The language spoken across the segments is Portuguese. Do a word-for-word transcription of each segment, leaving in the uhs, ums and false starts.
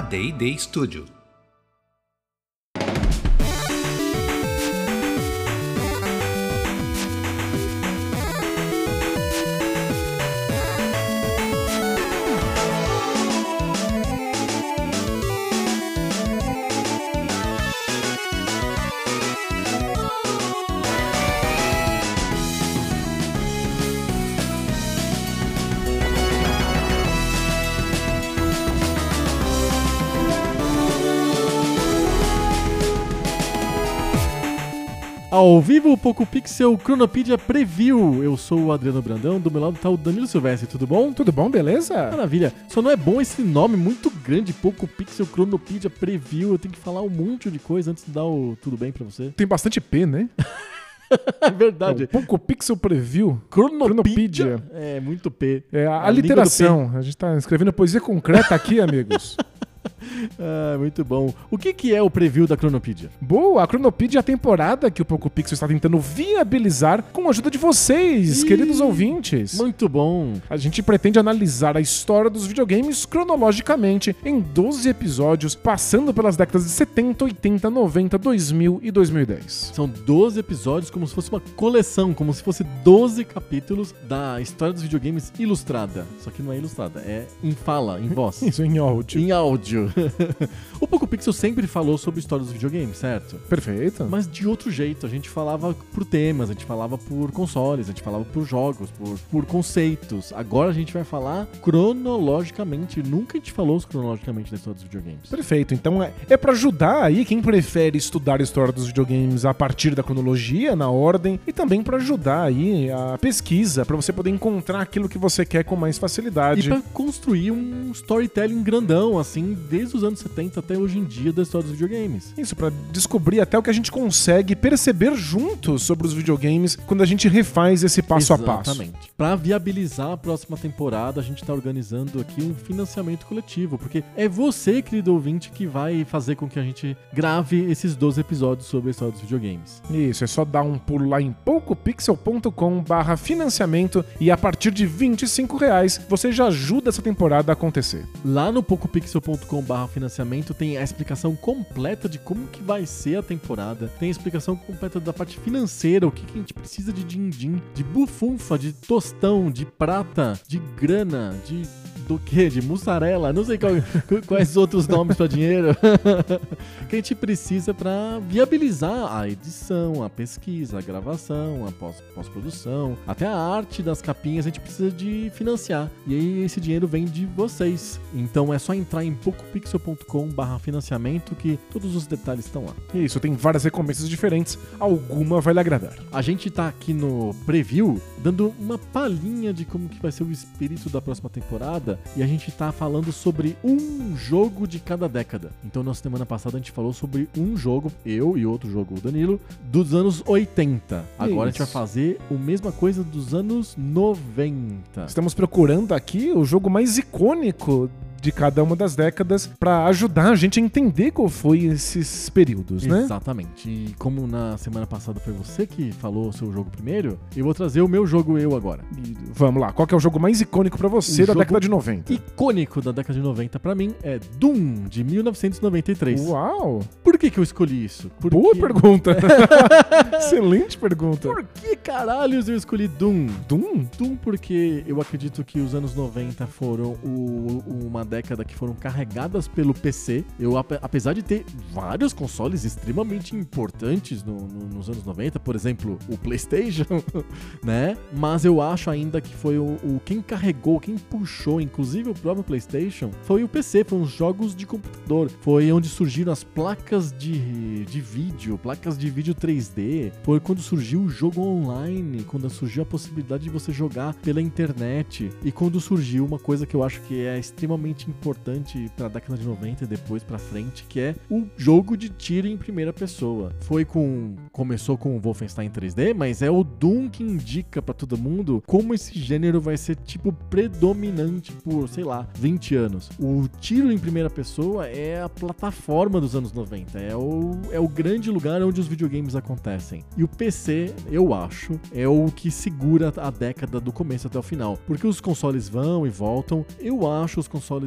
A D e D Studio. Ao vivo, o Poco Pixel Chronopedia Preview. Eu sou o Adriano Brandão, do meu lado tá o Danilo Silvestre, tudo bom? Tudo bom, beleza? Maravilha. Só não é bom esse nome muito grande, Poco Pixel Chronopedia Preview. Eu tenho que falar um monte de coisa antes de dar o tudo bem pra você. Tem bastante P, né? É verdade. É, Poco Pixel Preview. Chronopedia. É, muito P. É a, a literação. A gente tá escrevendo poesia concreta aqui, amigos. Ah, muito bom. O que, que é o preview da Chronopedia? Boa, a Chronopedia é a temporada que o Poco Pixel está tentando viabilizar com a ajuda de vocês, Ih, queridos ouvintes. Muito bom. A gente pretende analisar a história dos videogames cronologicamente em doze episódios, passando pelas décadas de setenta, oitenta, noventa, dois mil e dois mil e dez. São doze episódios como se fosse uma coleção, como se fosse doze capítulos da história dos videogames ilustrada. Só que não é ilustrada, é em fala, em voz. Isso, em áudio. Em áudio. O Poco Pixel sempre falou sobre a história dos videogames, certo? Perfeito. Mas de outro jeito, a gente falava por temas, a gente falava por consoles, a gente falava por jogos, por, por conceitos. Agora a gente vai falar cronologicamente. Nunca a gente falou cronologicamente da história dos videogames. Perfeito. Então é, é pra ajudar aí quem prefere estudar a história dos videogames a partir da cronologia, na ordem, e também pra ajudar aí a pesquisa, pra você poder encontrar aquilo que você quer com mais facilidade. E pra construir um storytelling grandão, assim, desde os anos setenta até hoje em dia da história dos videogames. Isso, pra descobrir até o que a gente consegue perceber juntos sobre os videogames quando a gente refaz esse passo Exatamente. a passo. Exatamente. Pra viabilizar a próxima temporada, a gente tá organizando aqui um financiamento coletivo, porque é você, querido ouvinte, que vai fazer com que a gente grave esses doze episódios sobre a história dos videogames. Isso, é só dar um pulo lá em poucopixel ponto com barra financiamento e a partir de vinte e cinco reais você já ajuda essa temporada a acontecer. Lá no poucopixel ponto com barra financiamento tem a explicação completa de como que vai ser a temporada, tem a explicação completa da parte financeira, o que, que a gente precisa de din-din, de bufunfa, de tostão, de prata, de grana, de do que? De mussarela, não sei qual, quais outros nomes para dinheiro que a gente precisa para viabilizar a edição, a pesquisa, a gravação, a pós, pós-produção, até a arte das capinhas a gente precisa de financiar. E aí esse dinheiro vem de vocês. Então é só entrar em poucopixel ponto com barra financiamento que todos os detalhes estão lá. Isso, tem várias recompensas diferentes, alguma vai lhe agradar. A gente tá aqui no preview dando uma palhinha de como que vai ser o espírito da próxima temporada e a gente tá falando sobre um jogo de cada década. Então na semana passada a gente falou sobre um jogo, eu e outro jogo, o Danilo, dos anos oitenta. Agora Isso. a gente vai fazer a mesma coisa dos anos noventa. Estamos procurando aqui o jogo mais icônico de cada uma das décadas pra ajudar a gente a entender qual foi esses períodos, né? Exatamente. E como na semana passada foi você que falou o seu jogo primeiro, eu vou trazer o meu jogo eu agora. E vamos lá, qual que é o jogo mais icônico pra você o da década de noventa? Icônico da década de noventa pra mim é Doom, de mil novecentos e noventa e três. Uau! Por que que eu escolhi isso? Porque... Boa pergunta! Excelente pergunta! Por que caralhos eu escolhi Doom? Doom? Doom porque eu acredito que os anos noventa foram o, uma década que foram carregadas pelo P C. Eu, apesar de ter vários consoles extremamente importantes no, no, nos anos noventa, por exemplo, o PlayStation, né? Mas eu acho ainda que foi o, o quem carregou, quem puxou, inclusive o próprio PlayStation, foi o P C, foram os jogos de computador. Foi onde surgiram as placas de, de vídeo, placas de vídeo três D. Foi quando surgiu o jogo online, quando surgiu a possibilidade de você jogar pela internet. E quando surgiu uma coisa que eu acho que é extremamente importante pra década de noventa e depois pra frente, que é o jogo de tiro em primeira pessoa. Foi com... Começou com o Wolfenstein três D, mas é o Doom que indica pra todo mundo como esse gênero vai ser, tipo, predominante por, sei lá, vinte anos. O tiro em primeira pessoa é a plataforma dos anos noventa. É o, é o grande lugar onde os videogames acontecem. E o P C, eu acho, é o que segura a década do começo até o final. Porque os consoles vão e voltam. Eu acho os consoles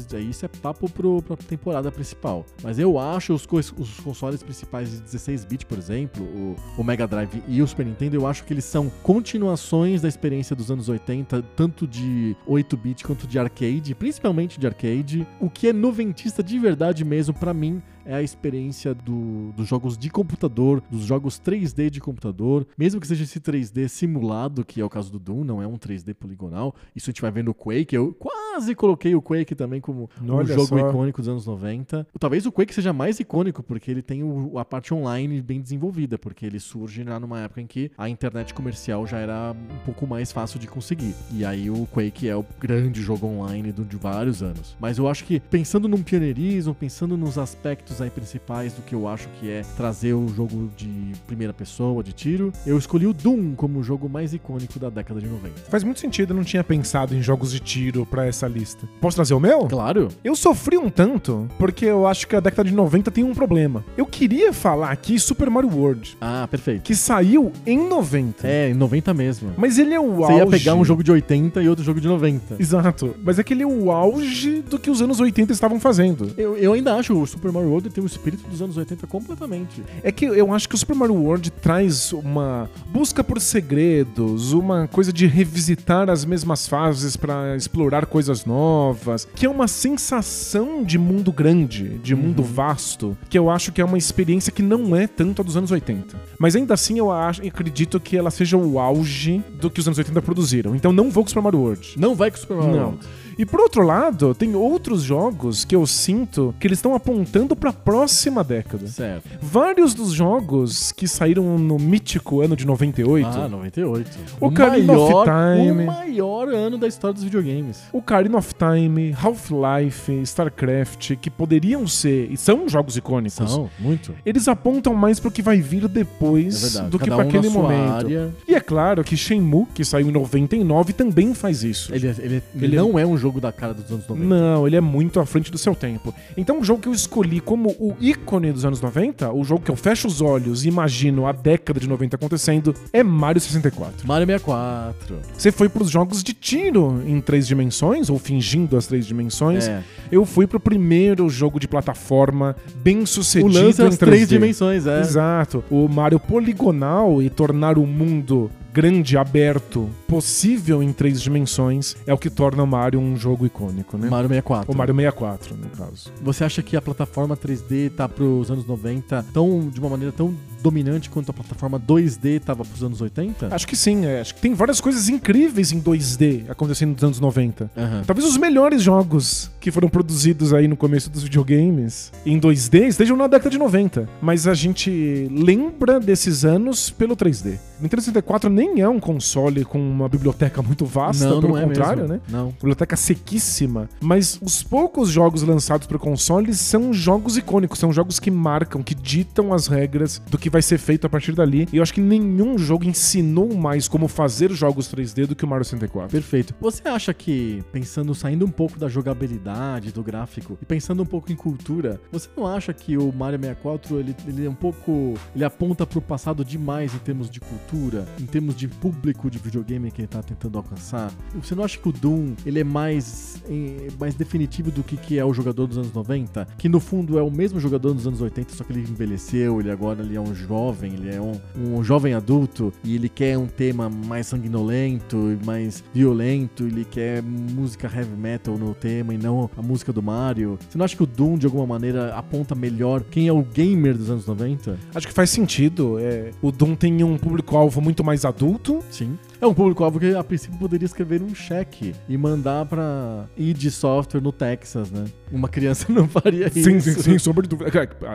mas aí isso é papo pro, pra temporada principal. Mas eu acho os, os consoles principais de dezesseis bit, por exemplo, o, o Mega Drive e o Super Nintendo, eu acho que eles são continuações da experiência dos anos oitenta, tanto de oito bit quanto de arcade, principalmente de arcade. O que é noventista de verdade mesmo, pra mim, é a experiência do, dos jogos de computador, dos jogos três D de computador, mesmo que seja esse três D simulado, que é o caso do Doom, não é um três D poligonal. Isso a gente vai ver no Quake. Eu quase coloquei o Quake também como um jogo só. icônico dos anos noventa. Talvez o Quake seja mais icônico, porque ele tem o, a parte online bem desenvolvida, porque ele surge lá numa época em que a internet comercial já era um pouco mais fácil de conseguir. E aí o Quake é o grande jogo online de vários anos. Mas eu acho que, pensando num pioneirismo, pensando nos aspectos aí principais do que eu acho que é trazer o jogo de primeira pessoa, de tiro, eu escolhi o Doom como o jogo mais icônico da década de noventa. Faz muito sentido, eu não tinha pensado em jogos de tiro pra essa lista. Posso trazer o meu? Claro. Eu sofri um tanto, porque eu acho que a década de noventa tem um problema. Eu queria falar aqui Super Mario World. Ah, perfeito. Que saiu em noventa. É, em noventa mesmo. Mas ele é o Você auge... ia pegar um jogo de oitenta e outro jogo de noventa. Exato. Mas é que ele é o auge do que os anos oitenta estavam fazendo. Eu, eu ainda acho o Super Mario World tem o espírito dos anos oitenta completamente. É que eu acho que o Super Mario World traz uma busca por segredos, uma coisa de revisitar as mesmas fases pra explorar coisas novas, que é uma sensação de mundo grande, de mundo uhum. vasto, que eu acho que é uma experiência que não é tanto a dos anos oitenta. Mas ainda assim eu acho, acredito que ela seja o auge do que os anos oitenta produziram. Então não vou com o Super Mario World. Não vai com o Super Mario não. World. E por outro lado, tem outros jogos que eu sinto que eles estão apontando pra próxima década. Certo. Vários dos jogos que saíram no mítico ano de noventa e oito. Ah, noventa e oito. O Ocarina of Time. O maior ano da história dos videogames. O Ocarina of Time, Half-Life, StarCraft, que poderiam ser, e são jogos icônicos. São, muito. Eles apontam mais pro que vai vir depois é do que Cada pra um aquele na sua momento. Área. E é claro que Shenmue, que saiu em noventa e nove, também faz isso. Ele, ele, ele não é um jogo da cara dos anos noventa. Não, ele é muito à frente do seu tempo. Então o jogo que eu escolhi como o ícone dos anos noventa, o jogo que eu fecho os olhos e imagino a década de noventa acontecendo, é Mario sessenta e quatro. Mario sessenta e quatro. Você foi pros jogos de tiro em três dimensões, ou fingindo as três dimensões. É. Eu fui pro primeiro jogo de plataforma bem sucedido o lance é as em três D. três dimensões, é. Exato. O Mario poligonal e tornar o mundo grande, aberto, possível em três dimensões, é o que torna o Mario um jogo icônico, né? Mario sessenta e quatro. O Mario sessenta e quatro, no caso. Você acha que a plataforma três D tá pros anos noventa tão, de uma maneira tão dominante quanto a plataforma dois D tava pros anos oitenta? Acho que sim, é. Acho que tem várias coisas incríveis em dois D acontecendo nos anos noventa. Uhum. Talvez os melhores jogos que foram produzidos aí no começo dos videogames em dois D estejam na década de noventa. Mas a gente lembra desses anos pelo três D. Nintendo sessenta e quatro nem é um console com uma biblioteca muito vasta, não, pelo não é contrário, mesmo. né? Não. Biblioteca sequíssima. Mas os poucos jogos lançados para consoles são jogos icônicos, são jogos que marcam, que ditam as regras do que vai ser feito a partir dali. E eu acho que nenhum jogo ensinou mais como fazer jogos três D do que o Mario sessenta e quatro. Perfeito. Você acha que, pensando, saindo um pouco da jogabilidade, do gráfico, e pensando um pouco em cultura, você não acha que o Mario sessenta e quatro, ele, ele é um pouco... ele aponta pro passado demais em termos de cultura, em termos de público de videogame que ele tá tentando alcançar? Você não acha que o Doom, ele é mais, é, mais definitivo do que, que é o jogador dos anos noventa? Que no fundo é o mesmo jogador dos anos oitenta, só que ele envelheceu, ele agora ele é um jovem, ele é um, um jovem adulto, e ele quer um tema mais sanguinolento, mais violento, ele quer música heavy metal no tema e não a música do Mario. Você não acha que o Doom, de alguma maneira, aponta melhor quem é o gamer dos anos noventa? Acho que faz sentido. É, o Doom tem um público-alvo muito mais adulto. Sim. É um público-alvo que a princípio poderia escrever um cheque e mandar pra I D Software no Texas, né? Uma criança não faria isso. Sim, sim, sim, sobre dúvida.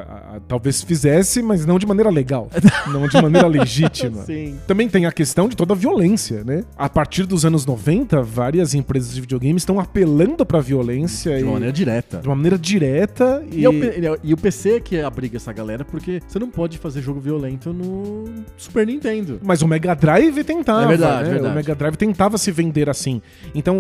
Talvez fizesse, mas não de maneira legal. Não de maneira legítima. Sim. Também tem a questão de toda a violência, né? A partir dos anos noventa, várias empresas de videogame estão apelando pra violência. De uma e... maneira direta. De uma maneira direta. E... E, é o P... e o P C que abriga essa galera, porque você não pode fazer jogo violento no Super Nintendo. Mas o Mega Drive tentava. É verdade, né? verdade. O Mega Drive tentava se vender assim. Então,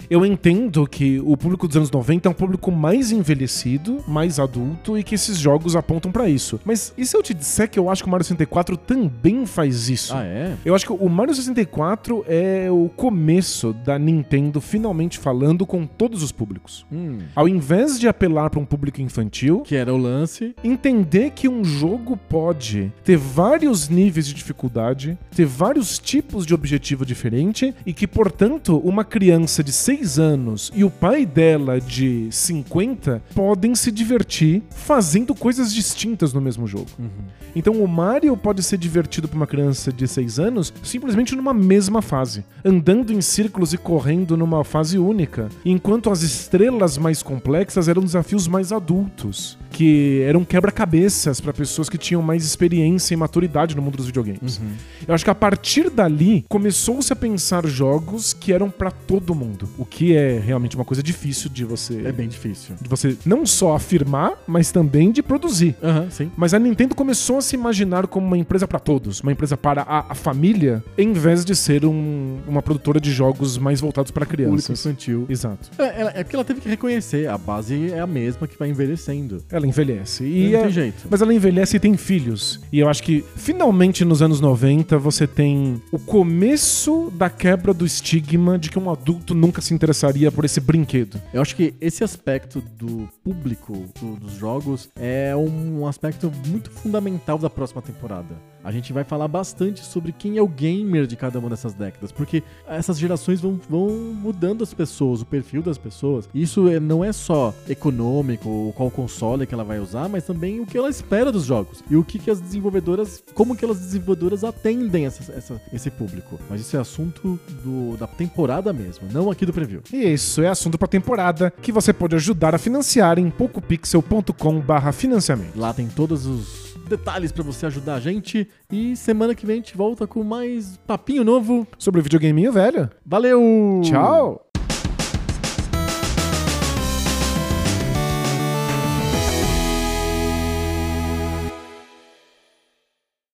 Eu entendo que o público dos anos noventa é um público mais envelhecido, mais adulto e que esses jogos apontam pra isso. Mas e se eu te disser que eu acho que o Mario sessenta e quatro também faz isso? Ah, é? Eu acho que o Mario sessenta e quatro é o começo da Nintendo finalmente falando com todos os públicos. Hum. Ao invés de apelar pra um público infantil, Que era o lance. entender que um jogo pode ter vários níveis de dificuldade, ter vários tipos de objetivo diferente e que, portanto, uma criança de seis anos e o pai dela de cinquenta podem se divertir fazendo coisas distintas no mesmo jogo. Uhum. Então o Mario pode ser divertido para uma criança de seis anos simplesmente numa mesma fase, andando em círculos e correndo numa fase única, enquanto as estrelas mais complexas eram desafios mais adultos, que eram quebra-cabeças para pessoas que tinham mais experiência e maturidade no mundo dos videogames. Uhum. Eu acho que a partir dali começou-se a pensar jogos que eram para todo mundo, o que é realmente uma coisa difícil de você, É bem difícil. de você não só afirmar, mas também de produzir. Aham, uhum, sim. Mas a Nintendo começou a se imaginar como uma empresa pra todos, uma empresa para a, a família, em vez de ser um- uma produtora de jogos mais voltados pra Público crianças. infantil. Exato. É, ela- é porque ela teve que reconhecer, a base é a mesma que vai envelhecendo. Ela envelhece. Não E tem é- jeito. Mas ela envelhece e tem filhos. E eu acho que, finalmente, nos anos noventa, você tem o começo da quebra do estigma de que um adulto nunca se interessaria por esse brinquedo. Eu acho que esse aspecto do público do- dos jogos é um aspecto muito fundamental da próxima temporada. A gente vai falar bastante sobre quem é o gamer de cada uma dessas décadas, porque essas gerações vão, vão mudando as pessoas, o perfil das pessoas. Isso é- não é só econômico, ou qual console que ela vai usar, mas também o que ela espera dos jogos. E o que, que as desenvolvedoras, como que as desenvolvedoras atendem essa, essa- esse público. Mas isso é assunto do- da temporada mesmo, não aqui do preview. E isso é assunto pra temporada, que você pode ajudar a financiar em pocopixel ponto com barra financiamento. Lá tem todos os detalhes pra você ajudar a gente. E semana que vem a gente volta com mais papinho novo. Sobre o videogameinho velho. Valeu! Tchau!